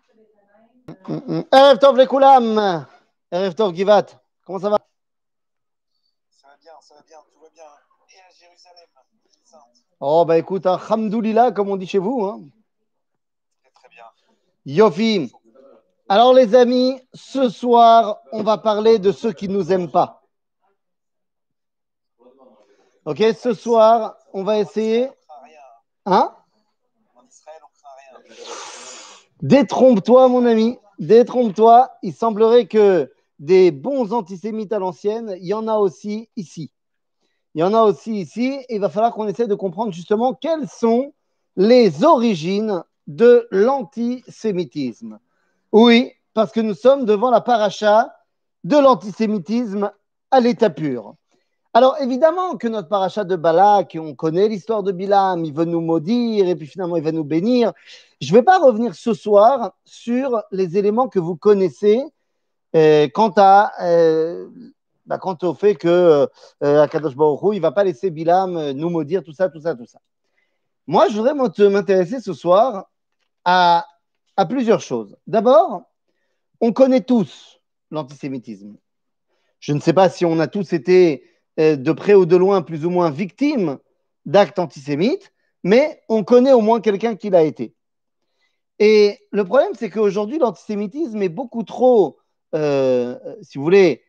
Erev Tov lekoulam. Erev Tov Givat. Comment ça va? Ça va bien, tout va bien. Et à Jérusalem, Oh, bah écoute, alhamdoulilah, comme on dit chez vous. Hein. très très bien. Yofi. Alors, les amis, ce soir, on va parler de ceux qui ne nous aiment pas. Ok, ce soir, on va essayer. Hein? En Israël, on craint rien. Détrompe-toi, mon ami. Détrompe-toi. Il semblerait que des bons antisémites à l'ancienne, il y en a aussi ici. Il y en a aussi ici. Et il va falloir qu'on essaie de comprendre justement quelles sont les origines de l'antisémitisme. Oui, parce que nous sommes devant la paracha de l'antisémitisme à l'état pur. Alors évidemment que notre paracha de Balak, on connaît l'histoire de Bilam, il veut nous maudire et puis finalement il va nous bénir. Je ne vais pas revenir ce soir sur les éléments que vous connaissez quant au fait que Akadosh Baruch Hu, il ne va pas laisser Bilam nous maudire, tout ça, tout ça, tout ça. Moi, je voudrais m'intéresser ce soir à plusieurs choses. D'abord, on connaît tous l'antisémitisme. Je ne sais pas si on a tous été de près ou de loin plus ou moins victimes d'actes antisémites, mais on connaît au moins quelqu'un qui l'a été. Et le problème, c'est qu'aujourd'hui, l'antisémitisme est beaucoup trop, si vous voulez,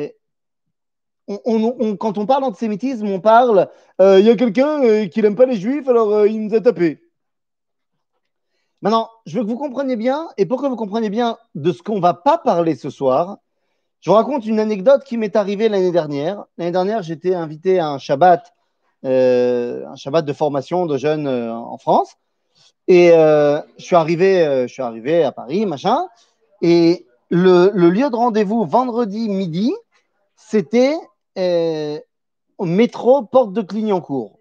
quand on parle d'antisémitisme, on parle, il y a quelqu'un qui n'aime pas les juifs, alors il nous a tapés. Maintenant, je veux que vous compreniez bien, et pour que vous compreniez bien de ce qu'on ne va pas parler ce soir, je vous raconte une anecdote qui m'est arrivée l'année dernière. L'année dernière, j'étais invité à un Shabbat de formation de jeunes en France. Et je suis arrivé à Paris, machin. Et le lieu de rendez-vous vendredi midi, c'était au métro Porte de Clignancourt.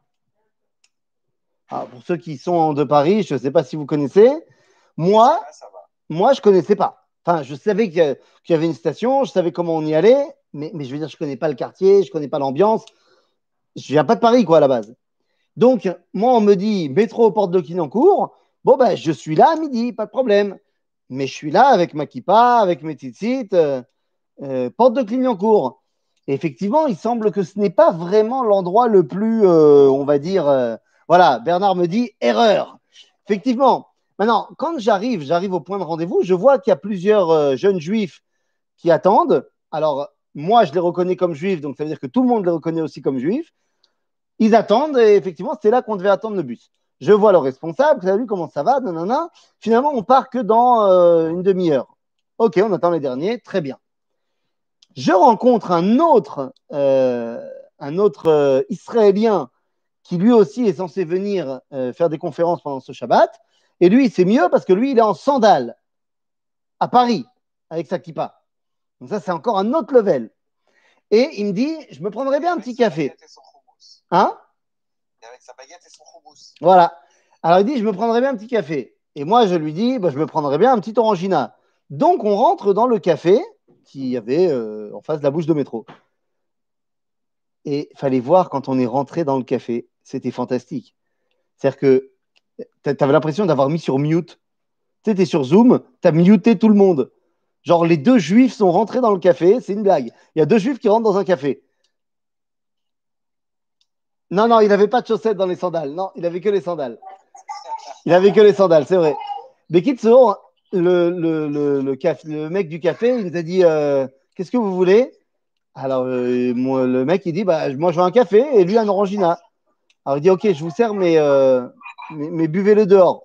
Alors, pour ceux qui sont de Paris, je ne sais pas si vous connaissez. Moi, je ne connaissais pas. Enfin, je savais qu'il y avait une station, je savais comment on y allait, mais je veux dire, je ne connais pas le quartier, je ne connais pas l'ambiance. Je ne viens pas de Paris, quoi, à la base. Donc, moi, on me dit métro Porte de Clignancourt. Bon, ben, je suis là à midi, pas de problème. Mais je suis là avec ma kippa, avec mes tzitzit, Porte de Clignancourt. Et effectivement, il semble que ce n'est pas vraiment l'endroit le plus, on va dire, voilà, Bernard me dit erreur. Effectivement. Maintenant, quand j'arrive au point de rendez-vous, je vois qu'il y a plusieurs jeunes juifs qui attendent. Alors, moi, je les reconnais comme juifs, donc ça veut dire que tout le monde les reconnaît aussi comme juifs. Ils attendent et effectivement, c'est là qu'on devait attendre le bus. Je vois le responsable, salut, comment ça va, nanana. Finalement, on part que dans une demi-heure. Ok, on attend les derniers, très bien. Je rencontre un autre Israélien qui lui aussi est censé venir faire des conférences pendant ce Shabbat. Et lui, c'est mieux parce que lui, il est en sandales à Paris avec sa kippa. Donc ça, c'est encore un autre level. Et il me dit, je me prendrais bien un petit café. Hein? Et avec sa baguette et son houmous. Voilà. Alors il dit, je me prendrais bien un petit café. Et moi, je lui dis, bah, je me prendrais bien un petit orangina. Donc on rentre dans le café qui y avait en face de la bouche de métro. Et il fallait voir quand on est rentré dans le café, c'était fantastique. C'est-à-dire que tu avais l'impression d'avoir mis sur mute. Tu sais, tu es sur Zoom, tu as muté tout le monde. Genre, les deux juifs sont rentrés dans le café, c'est une blague. Il y a deux juifs qui rentrent dans un café. Non, non, il n'avait pas de chaussettes dans les sandales. Non, il avait que les sandales. Il avait que les sandales, c'est vrai. Mais Kitsour, le mec du café, il nous a dit qu'est-ce que vous voulez? Alors, moi, le mec, il dit bah, moi, je veux un café et lui, un orangina. Alors, il dit ok, je vous sers, mais buvez-le dehors.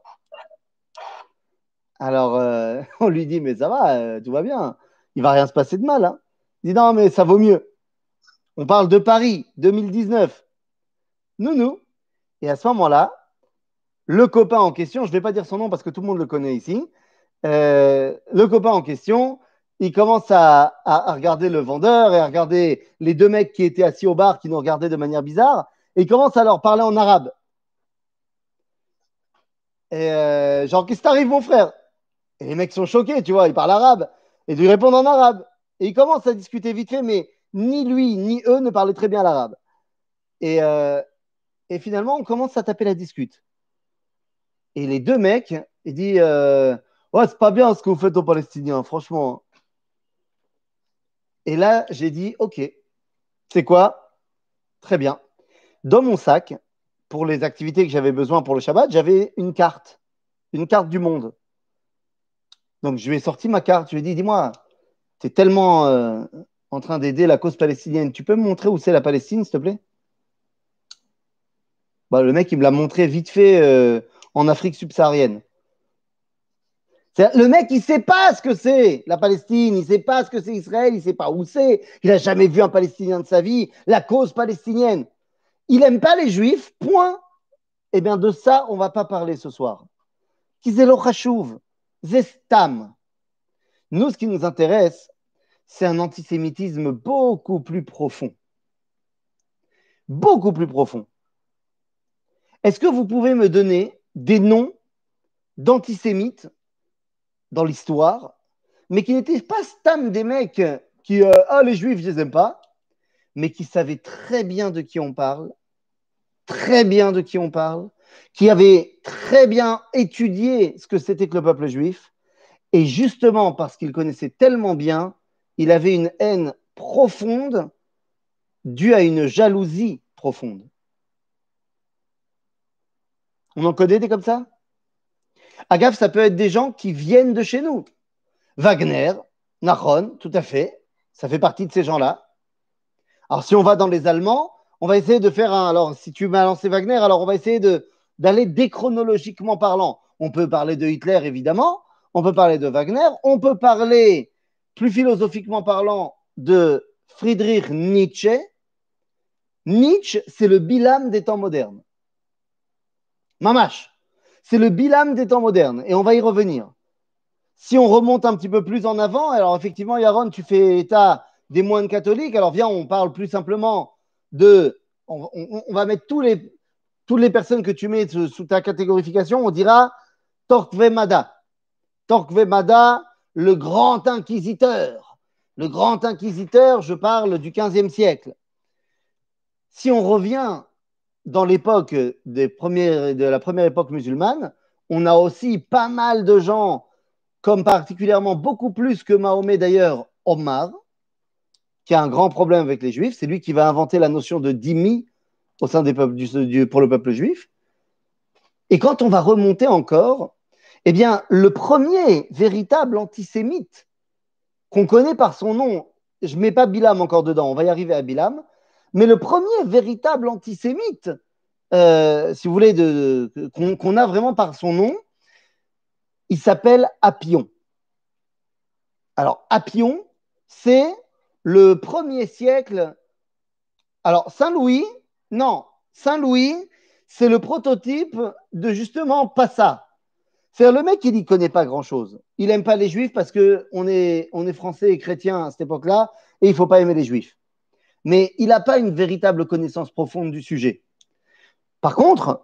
Alors, on lui dit mais ça va, tout va bien. Il va rien se passer de mal. Hein. Il dit non, mais ça vaut mieux. On parle de Paris 2019. Nous. Et à ce moment-là, le copain en question, je ne vais pas dire son nom parce que tout le monde le connaît ici, le copain en question, il commence à regarder le vendeur et à regarder les deux mecs qui étaient assis au bar qui nous regardaient de manière bizarre et il commence à leur parler en arabe. Et genre, qu'est-ce qui t'arrive, mon frère? Et les mecs sont choqués, tu vois, ils parlent arabe et ils lui répondent en arabe. Et ils commencent à discuter vite fait, mais ni lui ni eux ne parlaient très bien l'arabe. Et, euh, et finalement, on commence à taper la discute. Et les deux mecs, ils disent Ouais, c'est pas bien ce que vous faites aux Palestiniens, franchement. Et là, j'ai dit, OK, c'est quoi? Très bien. Dans mon sac, pour les activités que j'avais besoin pour le Shabbat, j'avais une carte du monde. Donc, je lui ai sorti ma carte. Je lui ai dit, dis-moi, tu es tellement en train d'aider la cause palestinienne. Tu peux me montrer où c'est la Palestine, s'il te plaît? Bah, le mec, il me l'a montré vite fait en Afrique subsaharienne. Le mec, il ne sait pas ce que c'est la Palestine, il ne sait pas ce que c'est Israël, il ne sait pas où c'est. Il n'a jamais vu un Palestinien de sa vie, la cause palestinienne. Il n'aime pas les Juifs, point. Eh bien, de ça, on ne va pas parler ce soir. Kizelo Khashouv, Zestam. Nous, ce qui nous intéresse, c'est un antisémitisme beaucoup plus profond. Beaucoup plus profond. Est-ce que vous pouvez me donner des noms d'antisémites dans l'histoire, mais qui n'étaient pas stam des mecs qui, les juifs, je les aime pas, mais qui savaient très bien de qui on parle, très bien de qui on parle, qui avaient très bien étudié ce que c'était que le peuple juif, et justement parce qu'il connaissait tellement bien, il avait une haine profonde due à une jalousie profonde. On en connaît des comme ça? Agave, ça peut être des gens qui viennent de chez nous. Wagner, Nahon, tout à fait, ça fait partie de ces gens-là. Alors, si on va dans les Allemands, on va essayer de faire un. Alors, si tu m'as lancé Wagner, alors on va essayer d'aller déchronologiquement parlant. On peut parler de Hitler, évidemment. On peut parler de Wagner. On peut parler, plus philosophiquement parlant, de Friedrich Nietzsche. Nietzsche, c'est le Bilam des temps modernes. Mamache, c'est le Bilam des temps modernes. Et on va y revenir. Si on remonte un petit peu plus en avant, alors effectivement, Yaron, tu fais état des moines catholiques. Alors viens, on parle plus simplement de. On va mettre toutes les personnes que tu mets sous ta catégorification. On dira Torquemada. Torquemada, le grand inquisiteur. Le grand inquisiteur, je parle du XVe siècle. Si on revient dans l'époque de la première époque musulmane, on a aussi pas mal de gens, comme particulièrement beaucoup plus que Mahomet d'ailleurs, Omar, qui a un grand problème avec les Juifs. C'est lui qui va inventer la notion de dhimmi au sein des peuples pour le peuple juif. Et quand on va remonter encore, eh bien, le premier véritable antisémite qu'on connaît par son nom, je ne mets pas Bilam encore dedans, on va y arriver à Bilam, mais le premier véritable antisémite, si vous voulez, qu'on a vraiment par son nom, il s'appelle Appion. Alors, Appion, c'est le 1er siècle. Alors, Saint-Louis, non, Saint-Louis, c'est le prototype de justement pas ça. C'est le mec, il n'y connaît pas grand-chose. Il n'aime pas les juifs parce qu'on est français et chrétien à cette époque-là et il ne faut pas aimer les juifs. Mais il n'a pas une véritable connaissance profonde du sujet. Par contre,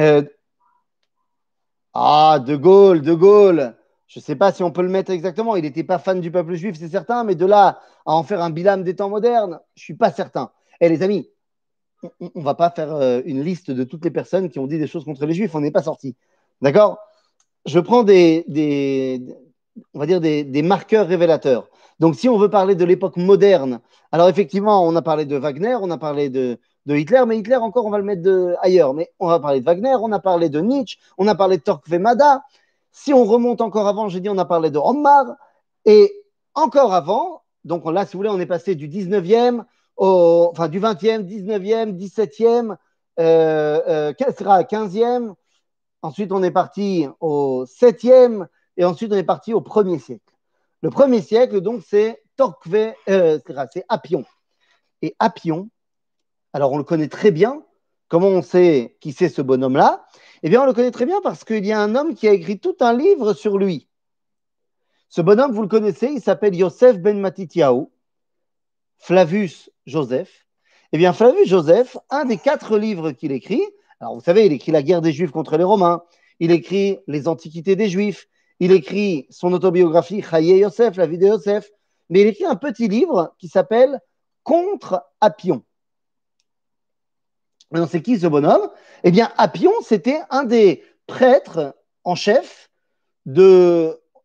De Gaulle, je ne sais pas si on peut le mettre exactement. Il n'était pas fan du peuple juif, c'est certain, mais de là à en faire un bilan des temps modernes, je ne suis pas certain. Et les amis, on ne va pas faire une liste de toutes les personnes qui ont dit des choses contre les juifs, on n'est pas sorti. D'accord? Je prends on va dire des marqueurs révélateurs. Donc, si on veut parler de l'époque moderne, alors effectivement, on a parlé de Wagner, on a parlé de Hitler, mais Hitler encore, on va le mettre ailleurs. Mais on va parler de Wagner, on a parlé de Nietzsche, on a parlé de Torquemada. Si on remonte encore avant, j'ai dit, on a parlé de Omar. Et encore avant, donc là, si vous voulez, on est passé du 19e, enfin du 20e, 19e, 17e, sera 15e. Ensuite, on est parti au 7e et ensuite, on est parti au 1er siècle. Le 1er siècle, donc, c'est Appion. Et Appion, alors on le connaît très bien. Comment on sait qui c'est ce bonhomme-là? Eh bien, on le connaît très bien parce qu'il y a un homme qui a écrit tout un livre sur lui. Ce bonhomme, vous le connaissez, il s'appelle Yosef ben Matityahu, Flavius Joseph. Eh bien, Flavius Joseph, un des 4 livres qu'il écrit, alors vous savez, il écrit La guerre des Juifs contre les Romains, il écrit Les Antiquités des Juifs, il écrit son autobiographie Chaye Yosef, la vie de Yosef, mais il écrit un petit livre qui s'appelle Contre Appion. Maintenant, c'est qui ce bonhomme? Eh bien, Appion, c'était un des prêtres en chef de,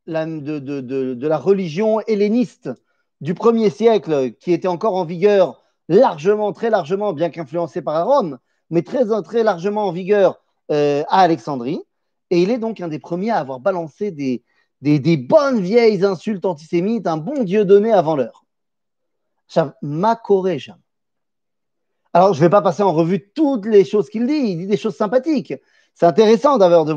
de la religion helléniste du 1er siècle, qui était encore en vigueur largement, très largement, bien qu'influencé par Rome, mais très, très largement en vigueur à Alexandrie. Et il est donc un des premiers à avoir balancé des bonnes vieilles insultes antisémites, un bon Dieu donné avant l'heure. Ma Koreja. Alors, je ne vais pas passer en revue toutes les choses qu'il dit. Il dit des choses sympathiques. C'est intéressant d'avoir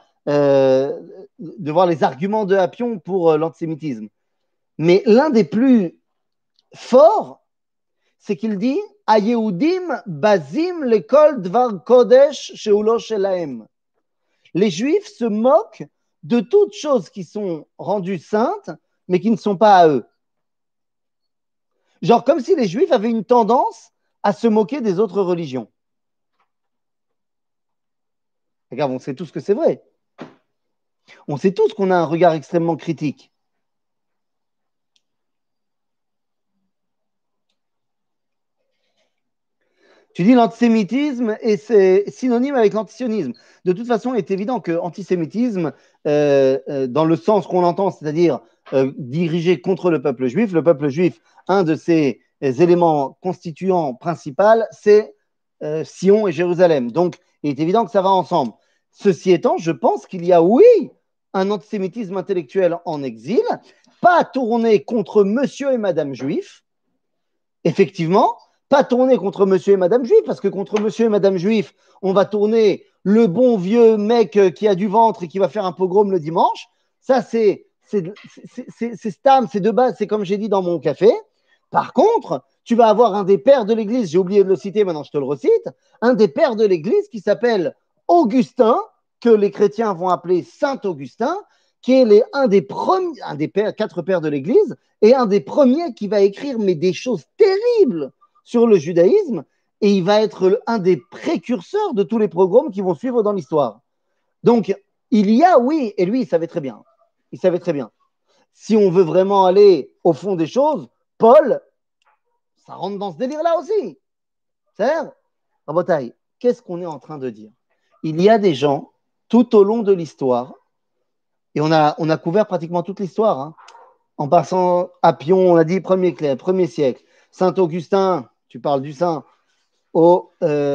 de voir les arguments de Appion pour l'antisémitisme. Mais l'un des plus forts, c'est qu'il dit Ayehudim bazim lekol dvar kodesh sheulo shelahem. Les Juifs se moquent de toutes choses qui sont rendues saintes, mais qui ne sont pas à eux. Genre comme si les Juifs avaient une tendance à se moquer des autres religions. Regarde, on sait tous que c'est vrai. On sait tous qu'on a un regard extrêmement critique. Tu dis l'antisémitisme et c'est synonyme avec l'antisionisme. De toute façon, il est évident que l'antisémitisme, dans le sens qu'on l'entend, c'est-à-dire dirigé contre le peuple juif, un de ses éléments constituants principaux, c'est Sion et Jérusalem. Donc, il est évident que ça va ensemble. Ceci étant, je pense qu'il y a, oui, un antisémitisme intellectuel en exil, pas tourné contre monsieur et madame juifs, effectivement, pas tourner contre monsieur et madame juif, parce que contre monsieur et madame juif, on va tourner le bon vieux mec qui a du ventre et qui va faire un pogrom le dimanche. Ça, c'est Stam, c'est de base, c'est comme j'ai dit dans mon café. Par contre, tu vas avoir un des pères de l'Église, j'ai oublié de le citer, maintenant je te le recite, un des pères de l'Église qui s'appelle Augustin, que les chrétiens vont appeler Saint Augustin, qui est un des pères, 4 pères de l'Église, et un des premiers qui va écrire mais des choses terribles sur le judaïsme, et il va être un des précurseurs de tous les pogroms qui vont suivre dans l'histoire. Donc, il y a, oui, et lui, il savait très bien. Il savait très bien. Si on veut vraiment aller au fond des choses, Paul, ça rentre dans ce délire-là aussi. C'est-à-dire, Rabotai, qu'est-ce qu'on est en train de dire? Il y a des gens, tout au long de l'histoire, et on a couvert pratiquement toute l'histoire, hein, en passant à Pion, on a dit premier siècle. Saint-Augustin, tu parles du saint, au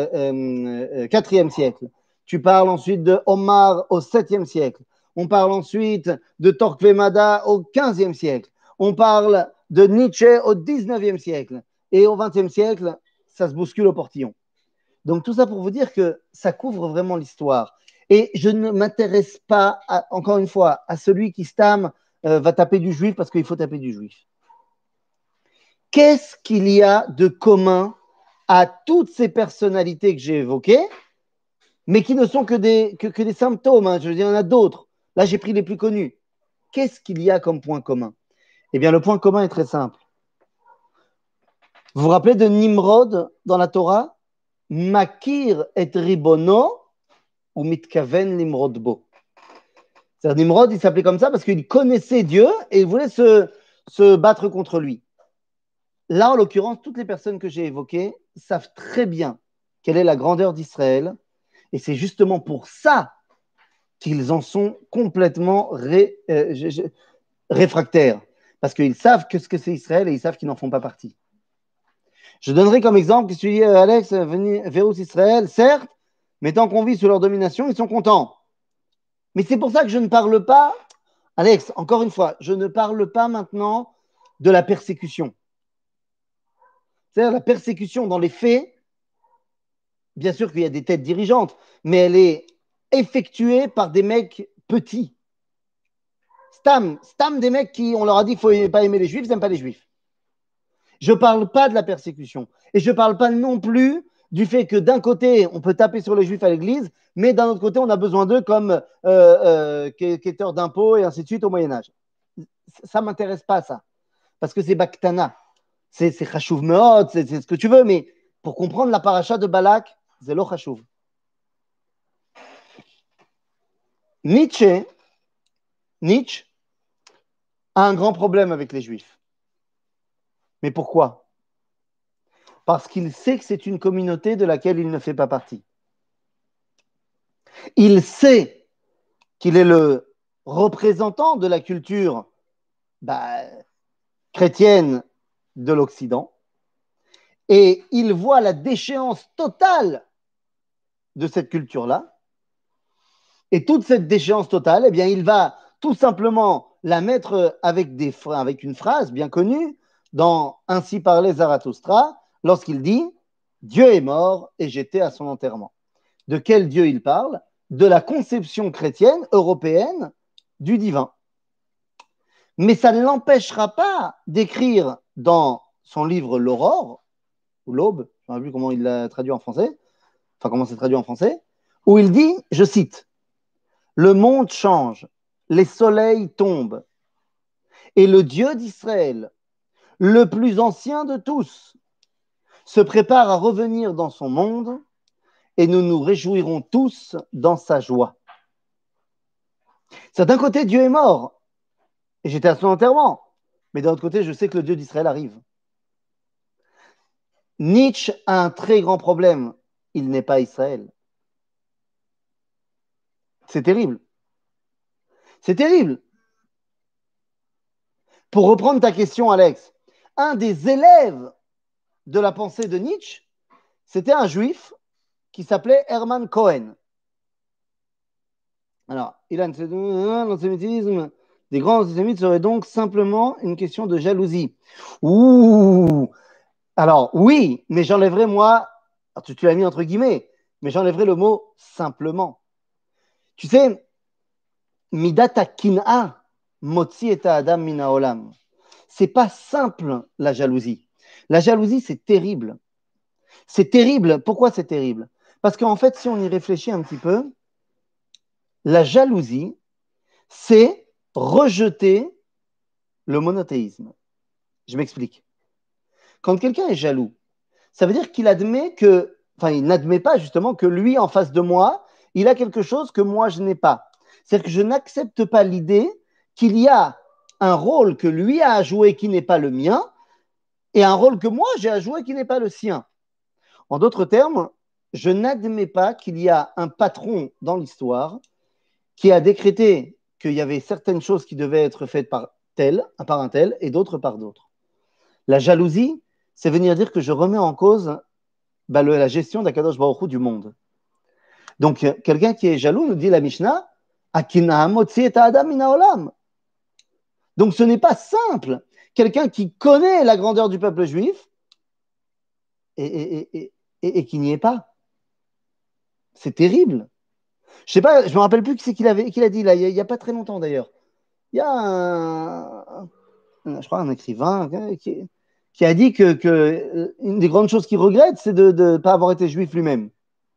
IVe siècle. Tu parles ensuite de Omar au 7e siècle. On parle ensuite de Torquemada au 15e siècle. On parle de Nietzsche au 19e siècle. Et au 20e siècle, ça se bouscule au portillon. Donc tout ça pour vous dire que ça couvre vraiment l'histoire. Et je ne m'intéresse pas, encore une fois, à celui qui stame va taper du juif parce qu'il faut taper du juif. Qu'est-ce qu'il y a de commun à toutes ces personnalités que j'ai évoquées, mais qui ne sont que des symptômes, hein. Je veux dire, il y en a d'autres. Là, j'ai pris les plus connus. Qu'est-ce qu'il y a comme point commun? Eh bien, le point commun est très simple. Vous vous rappelez de Nimrod dans la Torah? Makir et ribono ou mitkaven Nimrod bo. C'est-à-dire, Nimrod, il s'appelait comme ça parce qu'il connaissait Dieu et il voulait se battre contre lui. Là, en l'occurrence, toutes les personnes que j'ai évoquées savent très bien quelle est la grandeur d'Israël. Et c'est justement pour ça qu'ils en sont complètement réfractaires. Parce qu'ils savent ce que c'est Israël et ils savent qu'ils n'en font pas partie. Je donnerai comme exemple que tu dis, Alex, Verus Israël, certes, mais tant qu'on vit sous leur domination, ils sont contents. Mais c'est pour ça que je ne parle pas, Alex, encore une fois, je ne parle pas maintenant de la persécution. C'est-à-dire la persécution dans les faits, bien sûr qu'il y a des têtes dirigeantes, mais elle est effectuée par des mecs petits. Stam des mecs qui, on leur a dit qu'il ne faut pas aimer les juifs, ils n'aiment pas les juifs. Je ne parle pas de la persécution. Et je ne parle pas non plus du fait que d'un côté, on peut taper sur les juifs à l'église, mais d'un autre côté, on a besoin d'eux comme quêteurs d'impôts et ainsi de suite au Moyen-Âge. Ça ne m'intéresse pas, ça. Parce que c'est Baktana. C'est Chachouv Meot, c'est ce que tu veux, mais pour comprendre la paracha de Balak, c'est lo Chachouv. Nietzsche a un grand problème avec les juifs. Mais pourquoi? Parce qu'il sait que c'est une communauté de laquelle il ne fait pas partie. Il sait qu'il est le représentant de la culture chrétienne de l'Occident, et il voit la déchéance totale de cette culture-là. Et toute cette déchéance totale, eh bien, il va tout simplement la mettre avec une phrase bien connue dans Ainsi parlait Zarathustra, lorsqu'il dit « Dieu est mort et j'étais à son enterrement ». De quel Dieu il parle? De la conception chrétienne, européenne, du divin. Mais ça ne l'empêchera pas d'écrire dans son livre L'Aurore, ou L'Aube, je ne sais plus comment il l'a traduit en français, enfin comment c'est traduit en français, où il dit, je cite, « Le monde change, les soleils tombent, et le Dieu d'Israël, le plus ancien de tous, se prépare à revenir dans son monde, et nous nous réjouirons tous dans sa joie. » C'est d'un côté, Dieu est mort, et j'étais à son enterrement, mais d'un autre côté, je sais que le Dieu d'Israël arrive. Nietzsche a un très grand problème, il n'est pas Israël. C'est terrible. C'est terrible. Pour reprendre ta question, Alex, un des élèves de la pensée de Nietzsche, c'était un juif qui s'appelait Hermann Cohen. Alors, il a l'antisémitisme des grands antisémites serait donc simplement une question de jalousie. Ouh! Alors, oui, mais j'enlèverai moi, tu l'as mis entre guillemets, mais j'enlèverai le mot simplement. Tu sais, midata kin'a motzi et adam mina olam. C'est pas simple la jalousie. La jalousie, c'est terrible. C'est terrible. Pourquoi c'est terrible? Parce qu'en fait, si on y réfléchit un petit peu, la jalousie, c'est rejeter le monothéisme. Je m'explique. Quand quelqu'un est jaloux, ça veut dire qu'il admet que, enfin, il n'admet pas justement que lui, en face de moi, il a quelque chose que moi, je n'ai pas. C'est-à-dire que je n'accepte pas l'idée qu'il y a un rôle que lui a à jouer qui n'est pas le mien et un rôle que moi, j'ai à jouer qui n'est pas le sien. En d'autres termes, je n'admets pas qu'il y a un patron dans l'histoire qui a décrété qu'il y avait certaines choses qui devaient être faites par un tel, et d'autres par d'autres. La jalousie, c'est venir dire que je remets en cause la gestion d'Akadosh Baruch Hu du monde. Donc, quelqu'un qui est jaloux, nous dit la Mishnah, Akina motzi et adam mina olam. Donc, ce n'est pas simple. Quelqu'un qui connaît la grandeur du peuple juif et qui n'y est pas. C'est terrible. Je sais pas, je me rappelle plus qui c'est qu'il a dit là, il y a pas très longtemps d'ailleurs. Il y a je crois un écrivain qui a dit que une des grandes choses qu'il regrette, c'est de ne pas avoir été juif lui-même.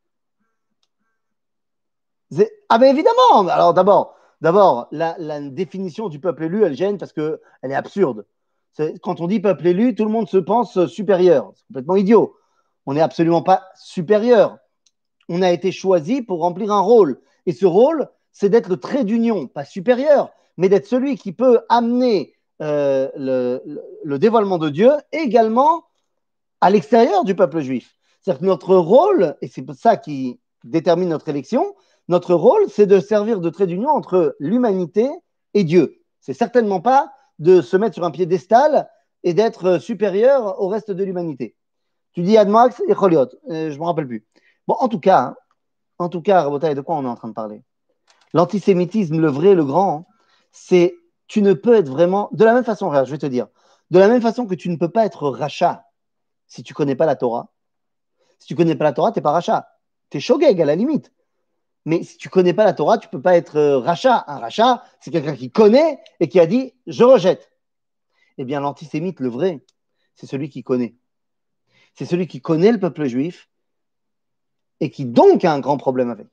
Ah ben évidemment. Alors d'abord la définition du peuple élu, elle gêne parce qu'elle est absurde. Quand on dit peuple élu, tout le monde se pense supérieur. C'est complètement idiot. On n'est absolument pas supérieur. On a été choisi pour remplir un rôle. Et ce rôle, c'est d'être le trait d'union, pas supérieur, mais d'être celui qui peut amener le dévoilement de Dieu également à l'extérieur du peuple juif. C'est-à-dire que notre rôle, et c'est ça qui détermine notre élection, notre rôle, c'est de servir de trait d'union entre l'humanité et Dieu. C'est certainement pas de se mettre sur un piédestal et d'être supérieur au reste de l'humanité. Tu dis Admax et Choliot, je ne me rappelle plus. Bon, en tout cas, Rabotai, de quoi on est en train de parler? L'antisémitisme, le vrai, le grand, c'est tu ne peux être vraiment, de la même façon, regarde, je vais te dire, de la même façon que tu ne peux pas être rachat si tu ne connais pas la Torah. Si tu ne connais pas la Torah, tu n'es pas rachat. Tu es shogeg à la limite. Mais si tu ne connais pas la Torah, tu ne peux pas être rachat. Un rachat, c'est quelqu'un qui connaît et qui a dit « je rejette ». Eh bien, l'antisémite, le vrai, c'est celui qui connaît. C'est celui qui connaît le peuple juif et qui donc a un grand problème avec.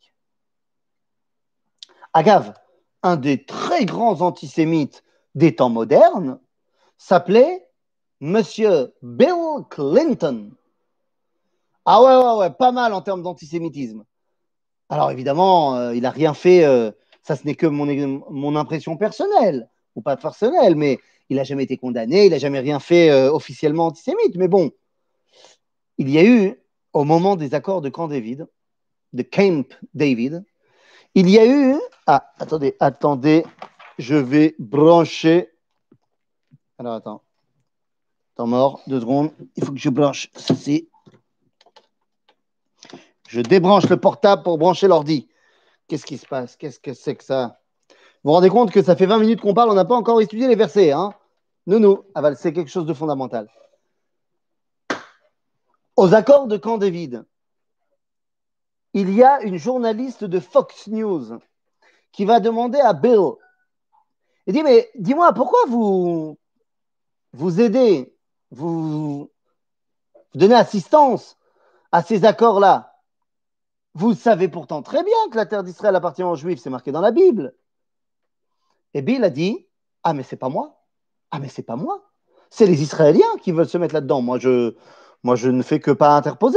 Agave, un des très grands antisémites des temps modernes s'appelait Monsieur Bill Clinton. Ah ouais, pas mal en termes d'antisémitisme. Alors évidemment, il n'a rien fait, ça ce n'est que mon impression personnelle, ou pas personnelle, mais il n'a jamais été condamné, il n'a jamais rien fait officiellement antisémite. Mais bon, il y a eu, au moment des accords de Camp David, de Camp David, il y a eu... Ah, attendez. je vais brancher. Alors, attends. Temps mort, 2 secondes. Il faut que je branche ceci. Je débranche le portable pour brancher l'ordi. Qu'est-ce qui se passe? Qu'est-ce que c'est que ça? Vous vous rendez compte que ça fait 20 minutes qu'on parle, on n'a pas encore étudié les versets, hein? Non. Ah bah, c'est quelque chose de fondamental. Aux accords de Camp David, il y a une journaliste de Fox News qui va demander à Bill, il dit, mais dis-moi, pourquoi vous aidez, vous donnez assistance à ces accords-là? Vous savez pourtant très bien que la terre d'Israël appartient aux Juifs, c'est marqué dans la Bible. Et Bill a dit, ah mais c'est pas moi, ah mais c'est pas moi, c'est les Israéliens qui veulent se mettre là-dedans, moi je ne fais que pas interposer.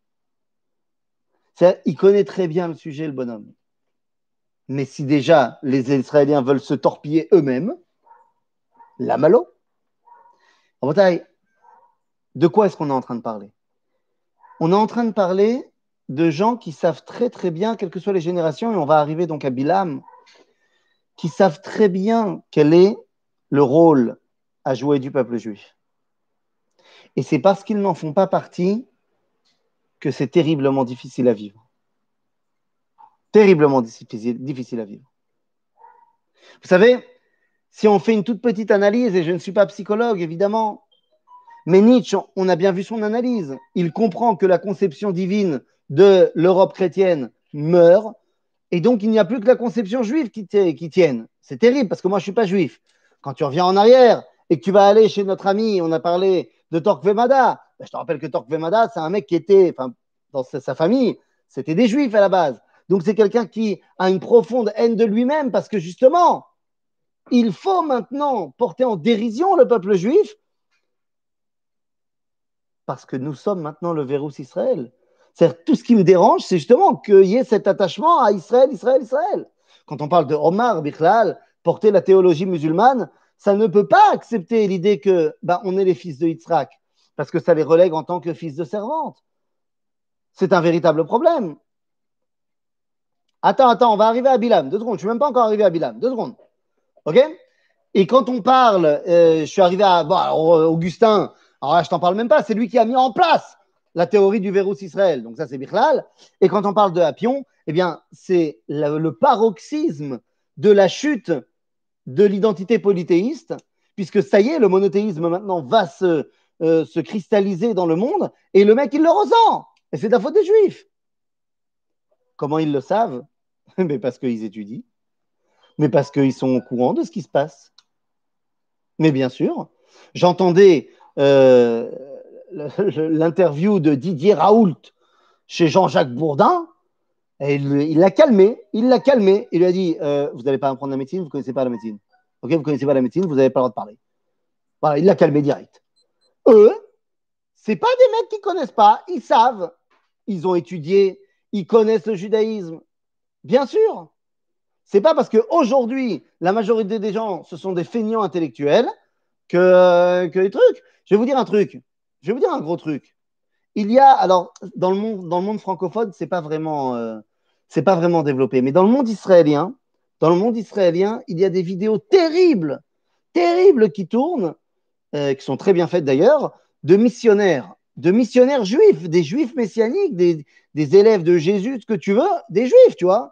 Il connaît très bien le sujet, le bonhomme. Mais si déjà les Israéliens veulent se torpiller eux-mêmes, la malo. En bataille, de quoi est-ce qu'on est en train de parler? On est en train de parler de gens qui savent très très bien, quelles que soient les générations, et on va arriver donc à Bilam, qui savent très bien quel est le rôle à jouer du peuple juif. Et c'est parce qu'ils n'en font pas partie que c'est terriblement difficile à vivre. Terriblement difficile à vivre. Vous savez, si on fait une toute petite analyse, et je ne suis pas psychologue évidemment, mais Nietzsche, on a bien vu son analyse. Il comprend que la conception divine de l'Europe chrétienne meurt, et donc il n'y a plus que la conception juive qui tienne. C'est terrible parce que moi je ne suis pas juif. Quand tu reviens en arrière et que tu vas aller chez notre ami, on a parlé de Torquemada, ben, je te rappelle que Torquemada, c'est un mec qui était, dans sa famille, c'était des juifs à la base. Donc c'est quelqu'un qui a une profonde haine de lui-même parce que justement, il faut maintenant porter en dérision le peuple juif parce que nous sommes maintenant le Vérus Israël. C'est-à-dire, tout ce qui me dérange, c'est justement qu'il y ait cet attachement à Israël, Israël, Israël. Quand on parle de Omar, Bichlal, porter la théologie musulmane, ça ne peut pas accepter l'idée que on est les fils de Yitzhak, parce que ça les relègue en tant que fils de servante. C'est un véritable problème. Attends, on va arriver à Bilam. 2 secondes, je ne suis même pas encore arrivé à Bilam. 2 secondes. OK? Et quand on parle, je suis arrivé à Augustin, alors là, je t'en parle même pas, c'est lui qui a mis en place la théorie du Vérus Israël. Donc ça, c'est Bichlal. Et quand on parle de Appion, eh bien, c'est le paroxysme de la chute de l'identité polythéiste, puisque ça y est, le monothéisme maintenant va se cristalliser dans le monde, et le mec, il le ressent. Et c'est de la faute des Juifs. Comment ils le savent? Mais parce qu'ils étudient, mais parce qu'ils sont au courant de ce qui se passe. Mais bien sûr, j'entendais l'interview de Didier Raoult chez Jean-Jacques Bourdin, et il l'a calmé, il lui a dit, vous n'allez pas apprendre la médecine, vous ne connaissez pas la médecine. Ok, vous ne connaissez pas la médecine, vous n'avez pas le droit de parler. Voilà, il l'a calmé direct. Eux, ce n'est pas des mecs qui ne connaissent pas, ils savent, ils ont étudié, ils connaissent le judaïsme. Bien sûr, c'est pas parce qu'aujourd'hui, la majorité des gens, ce sont des feignants intellectuels que les trucs. Je vais vous dire un truc. Je vais vous dire un gros truc. Il y a, alors, dans le monde francophone, c'est pas vraiment développé, mais dans le monde israélien, il y a des vidéos terribles, terribles qui tournent, qui sont très bien faites d'ailleurs, de missionnaires juifs, des juifs messianiques, des élèves de Jésus, ce que tu veux, des juifs, tu vois.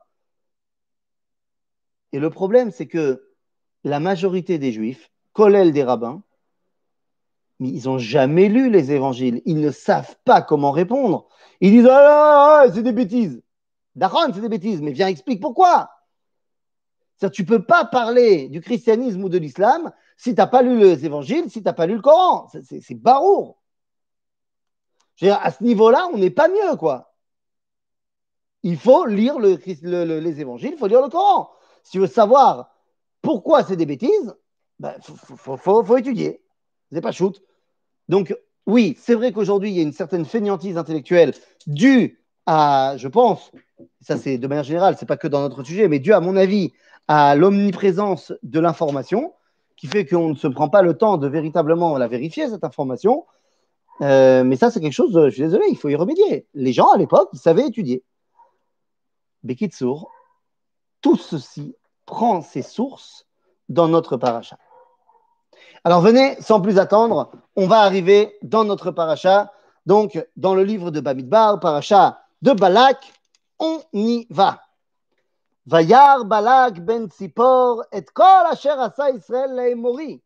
Et le problème, c'est que la majorité des juifs, collèles des rabbins, mais ils n'ont jamais lu les évangiles. Ils ne savent pas comment répondre. Ils disent ah, c'est des bêtises. D'accord, c'est des bêtises, mais viens, explique pourquoi. C'est-à-dire, tu ne peux pas parler du christianisme ou de l'islam si tu n'as pas lu les évangiles, si tu n'as pas lu le Coran. C'est barour. Je veux dire, à ce niveau-là, on n'est pas mieux, quoi. Il faut lire les évangiles, il faut lire le Coran. Si tu veux savoir pourquoi c'est des bêtises, faut étudier. C'est pas shoot. Donc, oui, c'est vrai qu'aujourd'hui, il y a une certaine fainéantise intellectuelle due à, je pense, ça c'est de manière générale, c'est pas que dans notre sujet, mais due, à mon avis, à l'omniprésence de l'information, qui fait qu'on ne se prend pas le temps de véritablement la vérifier, cette information. Mais ça, c'est quelque chose, je suis désolé, il faut y remédier. Les gens, à l'époque, ils savaient étudier. Bekitsour, tout ceci prend ses sources dans notre paracha. Alors venez, sans plus attendre, on va arriver dans notre paracha, donc dans le livre de Bamidbar, paracha de Balak, on y va. Vayar Balak ben Tzipor et kol asher asa Israël laemori.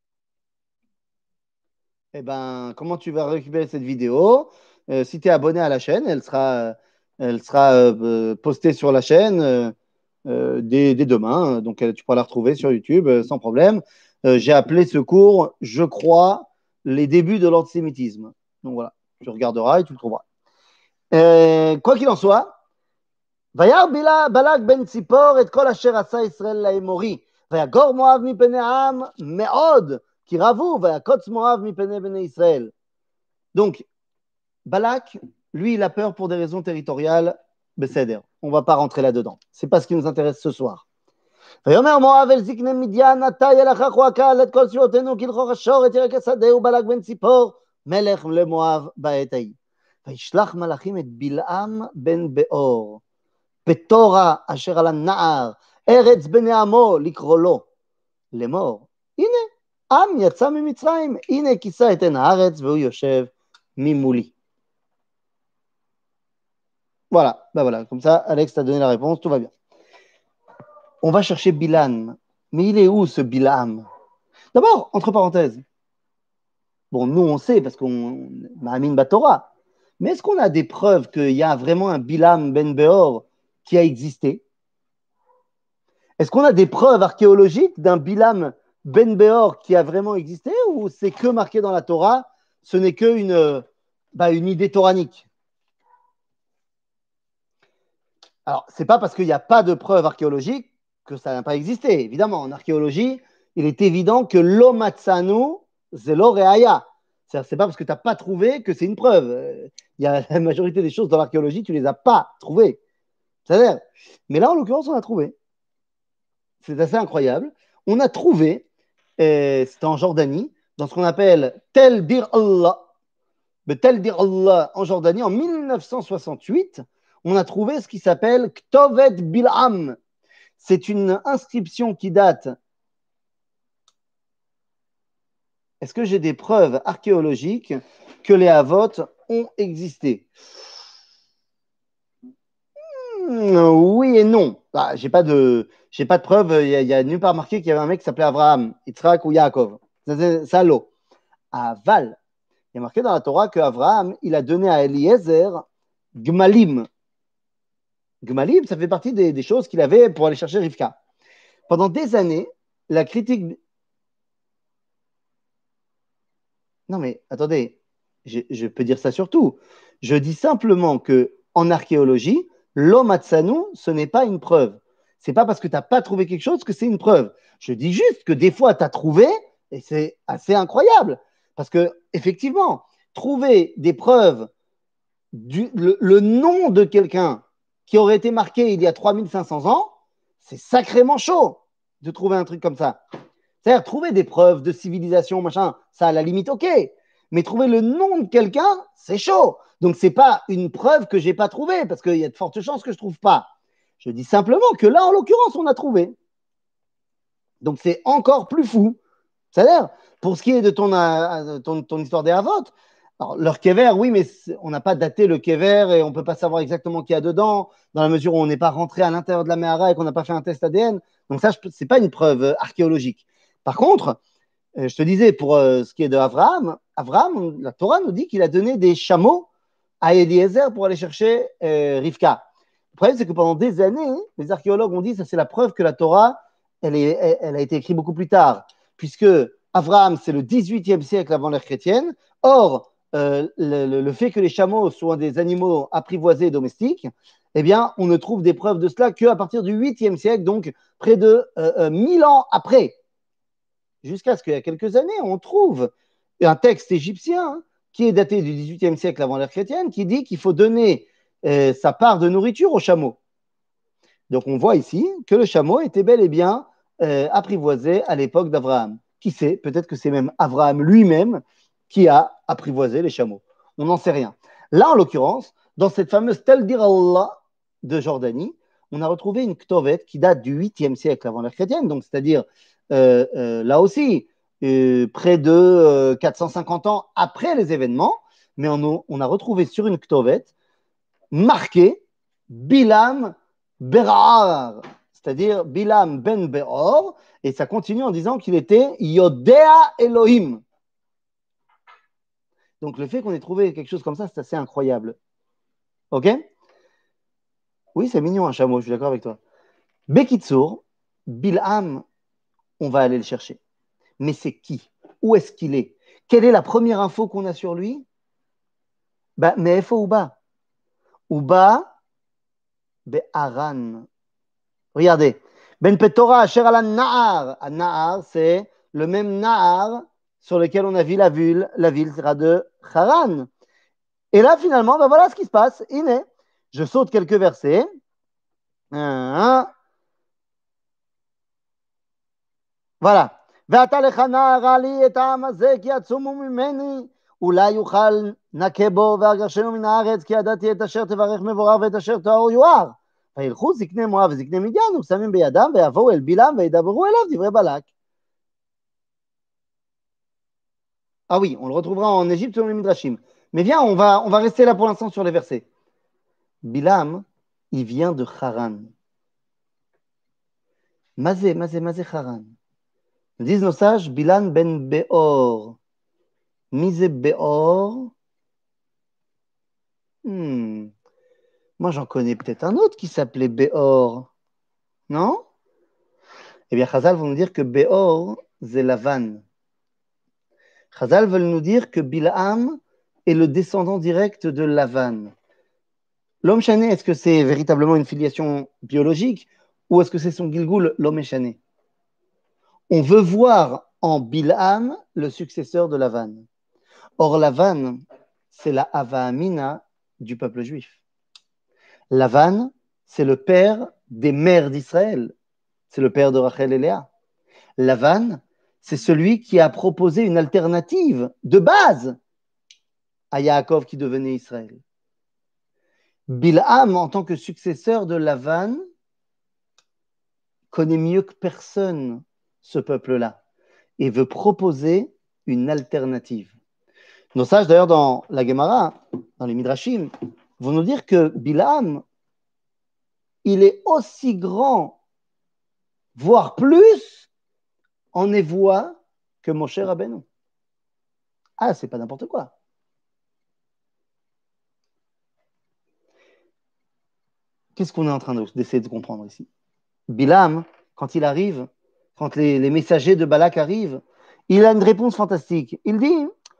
Eh bien, comment tu vas récupérer cette vidéo? Si tu es abonné à la chaîne, elle sera postée sur la chaîne dès demain. Donc, tu pourras la retrouver sur YouTube sans problème. J'ai appelé ce cours, je crois, les débuts de l'antisémitisme. Donc voilà, tu regarderas et tu le trouveras. Quoi qu'il en soit, Vayar Balak ben Tzipor et kol asher asa Israël laemori. Vayagor Moav mipene am meod. Donc, Balak, lui, il a peur pour des raisons territoriales. Besséder. On ne va pas rentrer là-dedans. Ce n'est pas ce qui nous intéresse ce soir. ויאמר מואב אל זקני מדיין עתה ילכך הקהל את כל סיעותינו כלכוך השור את ירק השדה ובלק בן ציפור מלך למואב בעת ההיא. וישלח מלאכים את בלעם בן באור פטורה אשר על הנער ארץ בני עמו לקרוא לו לאמור הנה עם יצא ממצרים, הנה כיסה את עין הארץ והוא יושב ממולי. Voilà, ben voilà, comme ça, Alex t'a donné la réponse, tout va bien. On va chercher Bilam. Mais il est où ce Bilam? D'abord, entre parenthèses, bon, nous on sait parce qu'on ma'amin Batora, mais est-ce qu'on a des preuves qu'il y a vraiment un Bilam ben Beor qui a existé? Est-ce qu'on a des preuves archéologiques d'un Bilam ben Beor qui a vraiment existé ou c'est que marqué dans la Torah, ce n'est qu'une une idée toranique? Alors, ce n'est pas parce qu'il n'y a pas de preuves archéologiques que ça n'a pas existé. Évidemment, en archéologie, il est évident que l'omatsanu, c'est l'oreaya. Ce n'est pas parce que tu n'as pas trouvé que c'est une preuve. Il y a la majorité des choses dans l'archéologie, tu ne les as pas trouvées. C'est-à-dire, mais là, en l'occurrence, on a trouvé. C'est assez incroyable. On a trouvé, c'était en Jordanie, dans ce qu'on appelle Tel Bir Allah. Tel Bir Allah en Jordanie, en 1968, on a trouvé ce qui s'appelle Ktovet Bil'am. C'est une inscription qui date. Est-ce que j'ai des preuves archéologiques que les Havot ont existé? Oui et non. J'ai pas de preuves. Il y a nulle part marqué qu'il y avait un mec qui s'appelait Abraham, Yitzhak ou Yaakov. Ça l'eau. À Val, il y a marqué dans la Torah qu'Abraham, il a donné à Eliezer Gmalim. Gmalim, ça fait partie des choses qu'il avait pour aller chercher Rivka. Pendant des années, la critique. Non mais attendez, je peux dire ça surtout. Je dis simplement que en archéologie, l'omatsanu, ce n'est pas une preuve. C'est pas parce que tu n'as pas trouvé quelque chose que c'est une preuve. Je dis juste que des fois, tu as trouvé, et c'est assez incroyable. Parce que, effectivement, trouver des preuves, le nom de quelqu'un qui aurait été marqué il y a 3500 ans, c'est sacrément chaud de trouver un truc comme ça. C'est-à-dire, trouver des preuves de civilisation, machin, ça à la limite, ok. Mais trouver le nom de quelqu'un, c'est chaud. Donc, ce n'est pas une preuve que je n'ai pas trouvée, parce qu'il y a de fortes chances que je ne trouve pas. Je dis simplement que là, en l'occurrence, on a trouvé. Donc, c'est encore plus fou. C'est-à-dire, pour ce qui est de ton histoire des Havot, alors, leur kever, oui, mais on n'a pas daté le kever et on ne peut pas savoir exactement qui y a dedans, dans la mesure où on n'est pas rentré à l'intérieur de la Mehara et qu'on n'a pas fait un test ADN. Donc, ça, ce n'est pas une preuve archéologique. Par contre, je te disais, pour ce qui est de Abraham, la Torah nous dit qu'il a donné des chameaux à Eliezer pour aller chercher Rivka. Le problème, c'est que pendant des années, les archéologues ont dit que ça, c'est la preuve que la Torah, elle a été écrite beaucoup plus tard, puisque Abraham, c'est le 18e siècle avant l'ère chrétienne. Or, le fait que les chameaux soient des animaux apprivoisés et domestiques, eh bien, on ne trouve des preuves de cela qu'à partir du 8e siècle, donc près de 1000 ans après. Jusqu'à ce qu'il y a quelques années, on trouve un texte égyptien qui est daté du 18e siècle avant l'ère chrétienne, qui dit qu'il faut donner sa part de nourriture aux chameaux. Donc, on voit ici que le chameau était bel et bien apprivoisé à l'époque d'Abraham. Qui sait, peut-être que c'est même Abraham lui-même qui a apprivoisé les chameaux. On n'en sait rien. Là, en l'occurrence, dans cette fameuse Tel Dir Allah de Jordanie, on a retrouvé une ktovet qui date du 8e siècle avant l'ère chrétienne, donc c'est-à-dire là aussi, près de 450 ans après les événements, mais on a retrouvé sur une Ktovet marqué Bilam Berar, c'est-à-dire Bilam ben Beor, et ça continue en disant qu'il était Yodea Elohim. Donc le fait qu'on ait trouvé quelque chose comme ça, c'est assez incroyable. Ok? Oui, c'est mignon un chameau, je suis d'accord avec toi. Bekitsour, Bilham, on va aller le chercher. Mais c'est qui? Où est-ce qu'il est? Quelle est la première info qu'on a sur lui? Bah, mais Efo Uba. Uba, Be'aran. Regardez. Ben Petora, Asher ala Nahar. Nahar, c'est le même Nahar sur lequel on a vu la ville sera de Haran. Et là, finalement, ben voilà ce qui se passe. Iné. Je saute quelques versets. Voilà. ואתה לך נערה לי את העם הזה כי יצומו ממני אולי יוכל נקה בו ואגרשנו מן הארץ כי ידעתי את אשר תברך מבורר ואת אשר תואר יואר. וילכו זקני מואב וזקני מדיין ושמים בידם ויבואו אל בלעם וידברו אליו דברי בלק. Ah oui, on le retrouvera en Égypte selon les Midrashim. Mais viens, on va rester là pour l'instant sur les versets. Bilam, il vient de Haran. Mazé Haran. Disent nos sages, Bilan ben Beor. Mise Beor. Moi, j'en connais peut-être un autre qui s'appelait Beor. Non? Eh bien, Chazal vont nous dire que Beor, c'est Lavan. Chazal veulent nous dire que Bilham est le descendant direct de Lavan. L'homme chané, est-ce que c'est véritablement une filiation biologique ou est-ce que c'est son Gilgoul, l'homme chané? On veut voir en Bilham le successeur de Lavan. Or, Lavan, c'est la Hava Amina du peuple juif. Lavan, c'est le père des mères d'Israël. C'est le père de Rachel et Léa. Lavan, c'est celui qui a proposé une alternative de base à Yaakov qui devenait Israël. Bilham, en tant que successeur de Lavan, connaît mieux que personne ce peuple-là et veut proposer une alternative. Nos sages, d'ailleurs, dans la Gemara, dans les Midrashim, vont nous dire que Bilham, il est aussi grand, voire plus, en évoie que Moshe Rabbeinu. Ah, c'est pas n'importe quoi. Qu'est-ce qu'on est en train d'essayer de comprendre ici? Bilham, quand il arrive, quand les messagers de Balak arrivent, il a une réponse fantastique. Il dit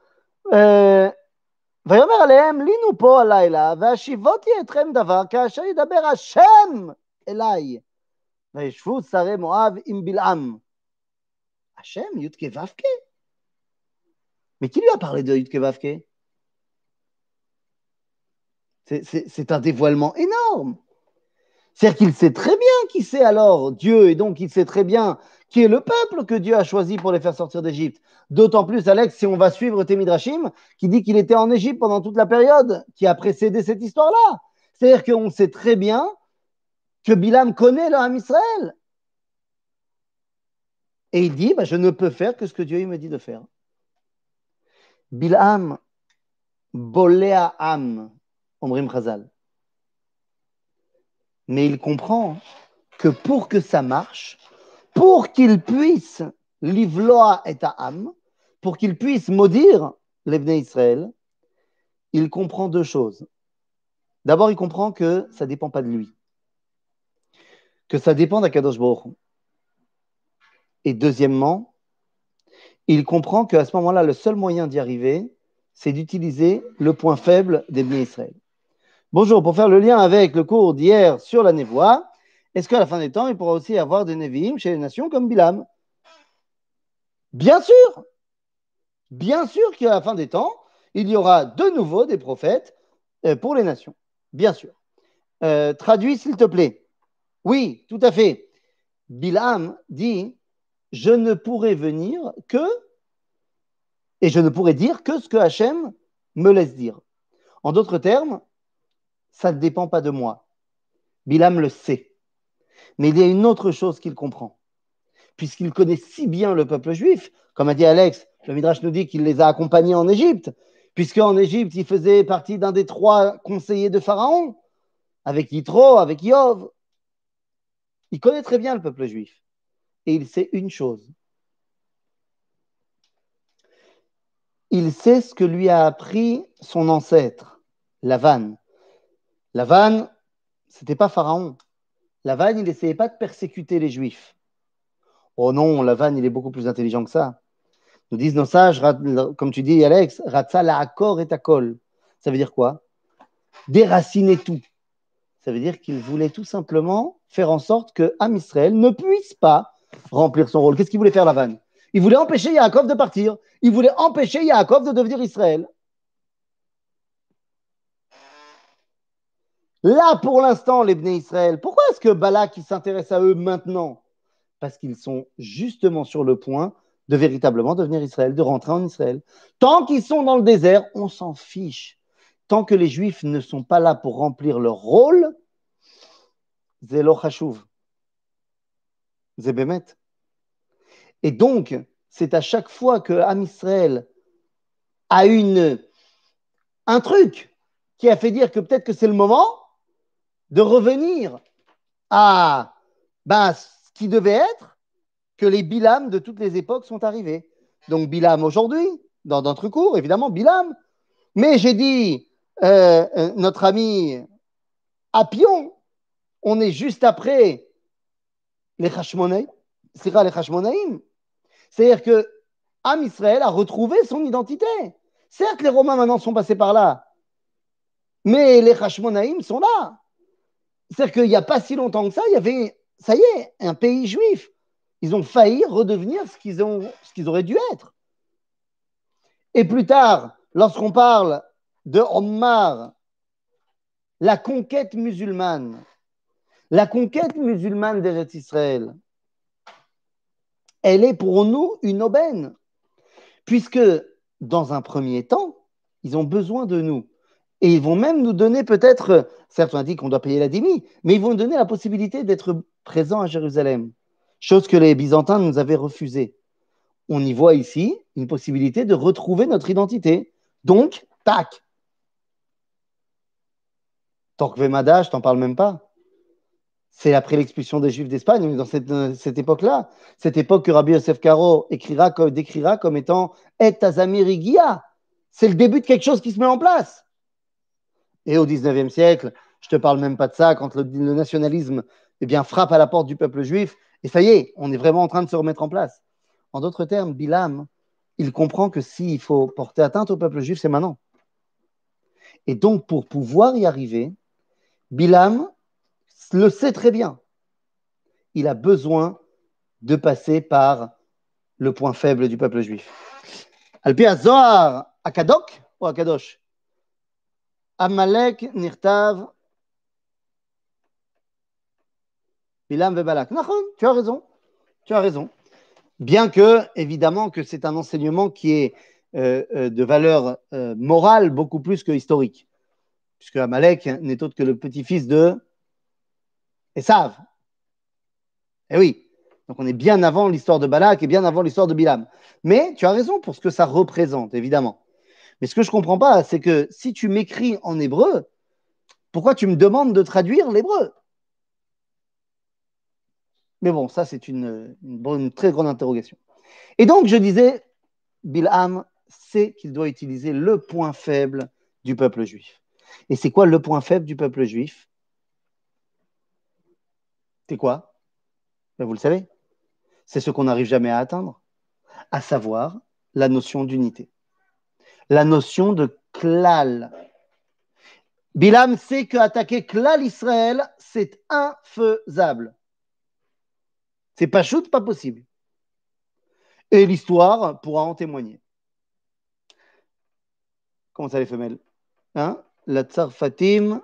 ויאמר עליהם לינו פה הלילה והשיבותי אתכם דבר כאשר ידבר השם אליי וישבו שרי מואב עם בלעם. Hachem, Yudke Vavke. Mais qui lui a parlé de Yudke Vavke? C'est un dévoilement énorme. C'est-à-dire qu'il sait très bien qui c'est alors Dieu, et donc il sait très bien qui est le peuple que Dieu a choisi pour les faire sortir d'Égypte. D'autant plus, Alex, si on va suivre tes Midrashim, qui dit qu'il était en Égypte pendant toute la période qui a précédé cette histoire-là. C'est-à-dire qu'on sait très bien que Bilam connaît le Ham Israël. Et il dit, je ne peux faire que ce que Dieu me dit de faire. Bilam, Bolea Ham, Omrim Chazal. Mais il comprend que pour que ça marche, pour qu'il puisse livloa et âme, pour qu'il puisse maudire les Bnei Israël, il comprend deux choses. D'abord, il comprend que ça ne dépend pas de lui, que ça dépend d'Akadosh Baruch Hu. Et deuxièmement, il comprend qu'à ce moment-là, le seul moyen d'y arriver, c'est d'utiliser le point faible des Bnei Israël. Bonjour, pour faire le lien avec le cours d'hier sur la névoie, est-ce qu'à la fin des temps, il pourra aussi y avoir des Nevi'im chez les nations comme Bilam? Bien sûr qu'à la fin des temps, il y aura de nouveau des prophètes pour les nations. Bien sûr. Traduis, s'il te plaît. Oui, tout à fait. Bilam dit, je ne pourrai venir que, et je ne pourrai dire que ce que Hachem me laisse dire. En d'autres termes, ça ne dépend pas de moi. Bilam le sait. Mais il y a une autre chose qu'il comprend. puisqu'il connaît si bien le peuple juif, comme a dit Alex, le Midrash nous dit qu'il les a accompagnés en Égypte, puisqu'en Égypte, il faisait partie d'un des 3 conseillers de Pharaon, avec Yitro, avec Yov. Il connaît très bien le peuple juif. Et il sait une chose. Il sait ce que lui a appris son ancêtre, Lavan. Lavan, c'était pas Pharaon. Lavan, il n'essayait pas de persécuter les Juifs. Oh non, Lavan, il est beaucoup plus intelligent que ça. Nous disent nos sages, comme tu dis, Alex, Ratsa la akor et akol. Ça veut dire quoi? Déraciner tout. Ça veut dire qu'il voulait tout simplement faire en sorte que Am Israël ne puisse pas remplir son rôle. Qu'est-ce qu'il voulait faire, Lavan? Il voulait empêcher Yaakov de partir. Il voulait empêcher Yaakov de devenir Israël. Là, pour l'instant, les Bnei Israël, pourquoi est-ce que Balak s'intéresse à eux maintenant? Parce qu'ils sont justement sur le point de véritablement devenir Israël, de rentrer en Israël. Tant qu'ils sont dans le désert, on s'en fiche. Tant que les Juifs ne sont pas là pour remplir leur rôle, Zelo Chashuv, Zébemet. Et donc, c'est à chaque fois que Am Israël a un truc qui a fait dire que peut-être que c'est le moment de revenir à ce qui devait être, que les Bilam de toutes les époques sont arrivés. Donc Bilam aujourd'hui, dans notre cours, évidemment, Bilam. Mais j'ai dit, notre ami Apion, on est juste après les Hashmonaïm. Les Hashmonaïm. C'est-à-dire que Am Israël a retrouvé son identité. Certes, les Romains maintenant sont passés par là, mais les Hashmonaïm sont là. C'est-à-dire qu'il n'y a pas si longtemps que ça, il y avait, ça y est, un pays juif. Ils ont failli redevenir ce qu'ils auraient dû être. Et plus tard, lorsqu'on parle de Ommar, la conquête musulmane d'Eretz Israël, elle est pour nous une aubaine, puisque dans un premier temps, ils ont besoin de nous. Et ils vont même nous donner peut-être, certes on a dit qu'on doit payer la dîme, mais ils vont nous donner la possibilité d'être présents à Jérusalem, chose que les Byzantins nous avaient refusée. On y voit ici une possibilité de retrouver notre identité. Donc, tac. Torquemada, je t'en parle même pas. C'est après l'expulsion des Juifs d'Espagne, on est dans cette époque-là. Cette époque que Rabbi Yosef Karo décrira comme étant Et Azamirigia. C'est le début de quelque chose qui se met en place. Et au XIXe siècle, je ne te parle même pas de ça, quand le nationalisme frappe à la porte du peuple juif, et ça y est, on est vraiment en train de se remettre en place. En d'autres termes, Bilam, il comprend que s'il faut porter atteinte au peuple juif, c'est maintenant. Et donc, pour pouvoir y arriver, Bilam le sait très bien. Il a besoin de passer par le point faible du peuple juif. Al-Pi Zohar, Akadok ou Akadosh? Amalek Nirtav Bilam Vebalak. Tu as raison. Bien que, évidemment, que c'est un enseignement qui est de valeur morale beaucoup plus que historique. Puisque Amalek n'est autre que le petit-fils de Esav. Eh oui, donc on est bien avant l'histoire de Balak et bien avant l'histoire de Bilam. Mais tu as raison pour ce que ça représente, évidemment. Mais ce que je ne comprends pas, c'est que si tu m'écris en hébreu, pourquoi tu me demandes de traduire l'hébreu? Mais bon, ça, c'est une très grande interrogation. Et donc, je disais, Bilham sait qu'il doit utiliser le point faible du peuple juif. Et c'est quoi le point faible du peuple juif? C'est quoi? Ben, vous le savez. C'est ce qu'on n'arrive jamais à atteindre, à savoir la notion d'unité. La notion de klal. Bilham sait qu'attaquer klal Israël, c'est infaisable. C'est pas shoot, pas possible. Et l'histoire pourra en témoigner. Comment ça, les femelles? Hein? La Tsarfatim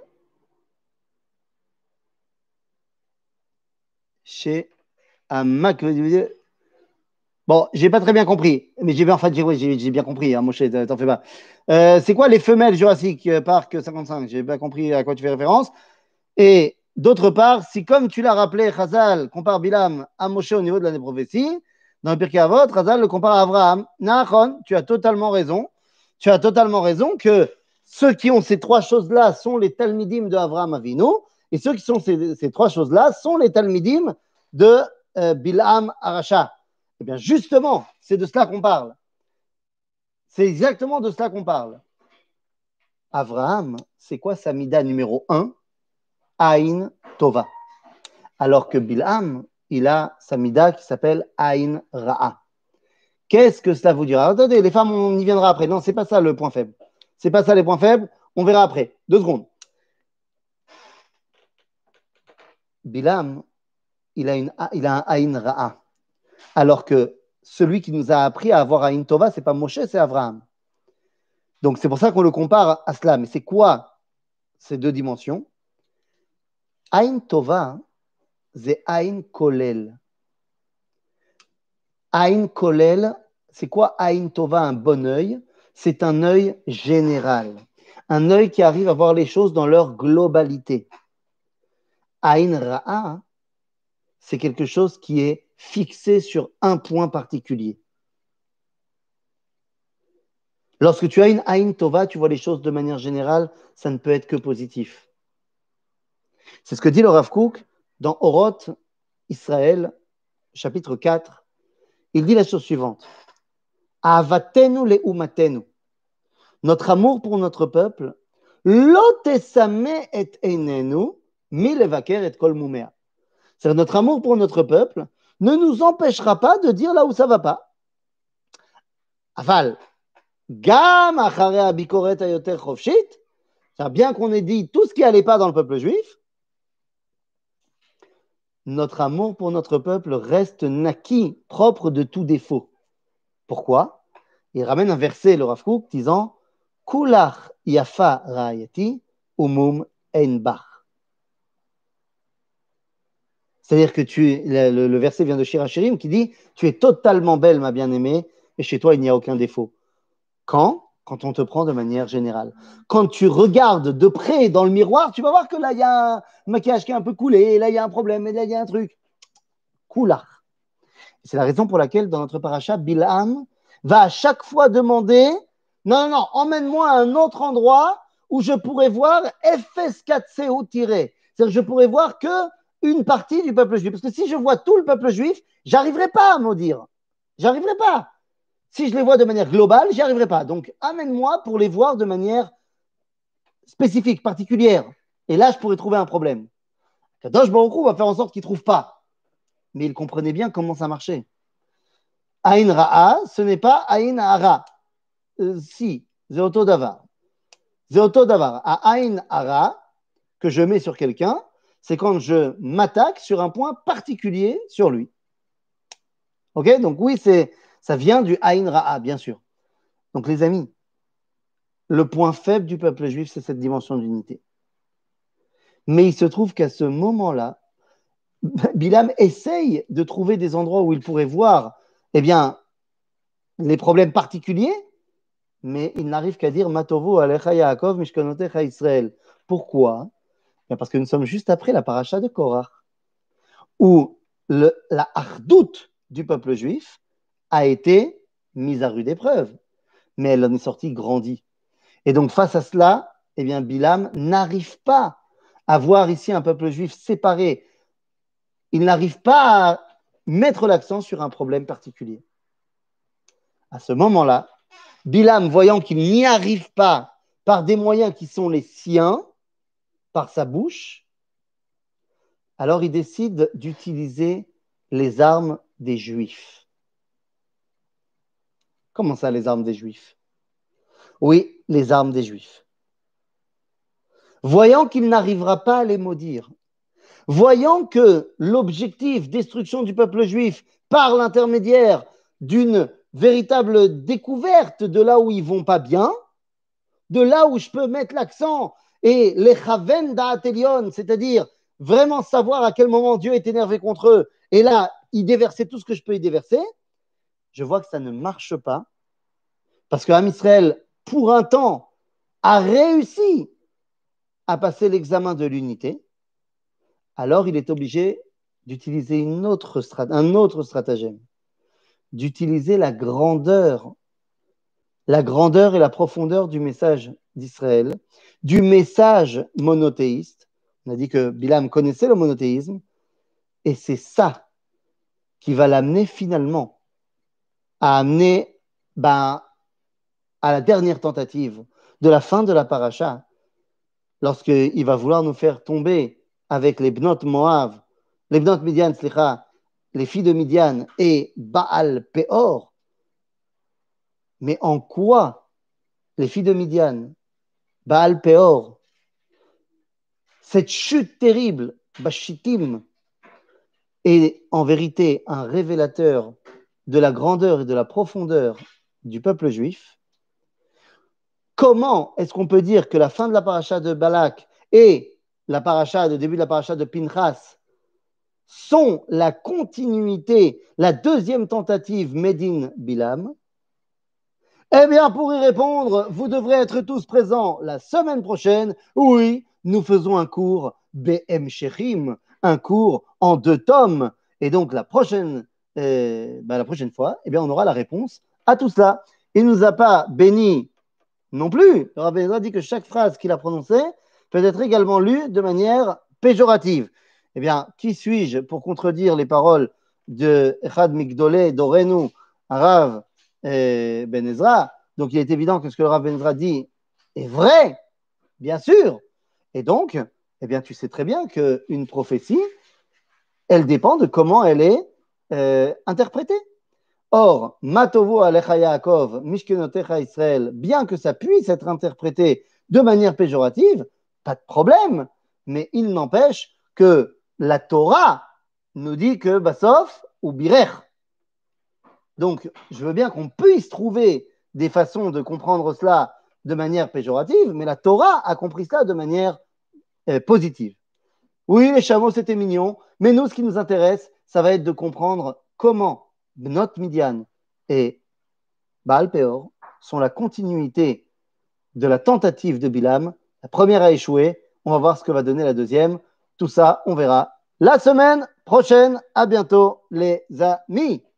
chez Amak. Bon, j'ai pas très bien compris, mais j'ai bien compris, hein, Moshe, t'en fais pas. C'est quoi les femelles Jurassic Park 55? J'ai pas compris à quoi tu fais référence. Et d'autre part, si comme tu l'as rappelé, Chazal compare Bilam à Moshe au niveau de l'année prophétie, dans le Pirkei Avot, Chazal le compare à Abraham. Nahon, tu as totalement raison. Tu as totalement raison que ceux qui ont ces trois choses-là sont les Talmidim de Avraham Avinu, et ceux qui sont ces trois choses-là sont les Talmidim de Bilam Aracha. Eh bien, justement, c'est de cela qu'on parle. C'est exactement de cela qu'on parle. Avraham, c'est quoi sa mida numéro 1? Aïn Tova. Alors que Bilham, il a sa mida qui s'appelle Aïn Ra'a. Qu'est-ce que cela vous dira? Attendez, les femmes, on y viendra après. Non, c'est pas ça le point faible. C'est pas ça les points faibles. On verra après. 2 secondes. Bilham, il a un Aïn Ra'a. Alors que celui qui nous a appris à avoir Aïn Tova, c'est pas Moshe, c'est Avraham. Donc c'est pour ça qu'on le compare à cela. Mais c'est quoi ces deux dimensions? Aïn Tova, c'est Aïn Kolel. Aïn Kolel, c'est quoi Aïn Tova, un bon œil? C'est un œil général. Un œil qui arrive à voir les choses dans leur globalité. Aïn Ra'a, c'est quelque chose qui est fixé sur un point particulier. Lorsque tu as une Aïn Tova, tu vois les choses de manière générale, ça ne peut être que positif. C'est ce que dit le Rav Kook dans Oroth Israël, chapitre 4. Il dit la chose suivante. Avatenu le umatenu. Notre amour pour notre peuple, lotesame et enenu, milevaker et kol mumea. C'est-à-dire notre amour pour notre peuple ne nous empêchera pas de dire là où ça ne va pas. Aval, gam achare abikoret ayoter chofshit, bien qu'on ait dit tout ce qui n'allait pas dans le peuple juif, notre amour pour notre peuple reste naki, propre de tout défaut. Pourquoi? Il ramène un verset, le Rav Kook, disant Kulach yafa ra'ayati umum ein bach. C'est-à-dire que le verset vient de Shir HaShirim qui dit tu es totalement belle, ma bien-aimée, et chez toi il n'y a aucun défaut. Quand on te prend de manière générale. Quand tu regardes de près dans le miroir, tu vas voir que là il y a un maquillage qui est un peu coulé, là il y a un problème, et là il y a un truc. Kulach. C'est la raison pour laquelle, dans notre paracha, Bilham va à chaque fois demander non, emmène-moi à un autre endroit où je pourrais voir FS4CO tiré. C'est-à-dire que je pourrais voir que une partie du peuple juif. Parce que si je vois tout le peuple juif, j'arriverai pas à maudire. J'arriverai pas. Si je les vois de manière globale, j'y arriverai pas. Donc, amène-moi pour les voir de manière spécifique, particulière. Et là, je pourrais trouver un problème. Kadosh Baruch Hu va faire en sorte qu'il ne trouve pas. Mais il comprenait bien comment ça marchait. Aïn Ra'a, ce n'est pas Aïn Hara. Si, Zéoto Davar. Zéoto Davar. À Aïn Hara, que je mets sur quelqu'un, c'est quand je m'attaque sur un point particulier sur lui. Ok? Donc oui, ça vient du Aïn Ra'a, bien sûr. Donc les amis, le point faible du peuple juif, c'est cette dimension d'unité. Mais il se trouve qu'à ce moment-là, Bilam essaye de trouver des endroits où il pourrait voir, eh bien, les problèmes particuliers, mais il n'arrive qu'à dire Matovo alecha Yaakov mishkanotecha Israël. Pourquoi? Bien parce que nous sommes juste après la paracha de Korach, où la hardoute du peuple juif a été mise à rude épreuve, mais elle en est sortie grandie. Et donc face à cela, eh bien, Bilam n'arrive pas à voir ici un peuple juif séparé. Il n'arrive pas à mettre l'accent sur un problème particulier. À ce moment-là, Bilam, voyant qu'il n'y arrive pas par des moyens qui sont les siens, par sa bouche, alors il décide d'utiliser les armes des Juifs. Comment ça, les armes des Juifs? Oui, les armes des Juifs. Voyant qu'il n'arrivera pas à les maudire, voyant que l'objectif destruction du peuple juif par l'intermédiaire d'une véritable découverte de là où ils vont pas bien, de là où je peux mettre l'accent et les chaven da'atelion, c'est-à-dire vraiment savoir à quel moment Dieu est énervé contre eux, et là, y déverser tout ce que je peux y déverser, je vois que ça ne marche pas, parce que Am Israël, pour un temps, a réussi à passer l'examen de l'unité, alors il est obligé d'utiliser un autre stratagème, d'utiliser la grandeur et la profondeur du message d'Israël, du message monothéiste. On a dit que Bilam connaissait le monothéisme, et c'est ça qui va l'amener finalement à amener à la dernière tentative de la fin de la paracha, lorsqu'il va vouloir nous faire tomber avec les Bnot Moav, les Bnot Midian, les filles de Midian et Baal Peor. Mais en quoi les filles de Midian, Baal Peor, cette chute terrible, Bashitim, est en vérité un révélateur de la grandeur et de la profondeur du peuple juif? Comment est-ce qu'on peut dire que la fin de la paracha de Balak et le début de la paracha de Pinchas sont la continuité, la deuxième tentative Médine Bilam? Eh bien, pour y répondre, vous devrez être tous présents la semaine prochaine. Oui, nous faisons un cours BM Shechim, un cours en 2 tomes. Et donc, la prochaine fois, eh bien, on aura la réponse à tout cela. Il ne nous a pas béni non plus. Le Rav Ben Ezra dit que chaque phrase qu'il a prononcée peut être également lue de manière péjorative. Eh bien, qui suis-je pour contredire les paroles de Echad Migdolé d'Orenu, Rav Ben Ezra? Donc, il est évident que ce que le Rav Ben Ezra dit est vrai, bien sûr. Et donc, eh bien, tu sais très bien qu'une prophétie, elle dépend de comment elle est interprétée. Or, Matovo Alecha Yaakov, Mishkenotecha Israël, bien que ça puisse être interprété de manière péjorative, pas de problème, mais il n'empêche que la Torah nous dit que Bassof ou Birech. Donc, je veux bien qu'on puisse trouver des façons de comprendre cela de manière péjorative, mais la Torah a compris cela de manière positive. Oui, les chameaux, c'était mignon, mais nous, ce qui nous intéresse, ça va être de comprendre comment Bnot Midian et Baal Peor sont la continuité de la tentative de Bilam. La première a échoué, on va voir ce que va donner la deuxième. Tout ça, on verra la semaine prochaine. À bientôt, les amis.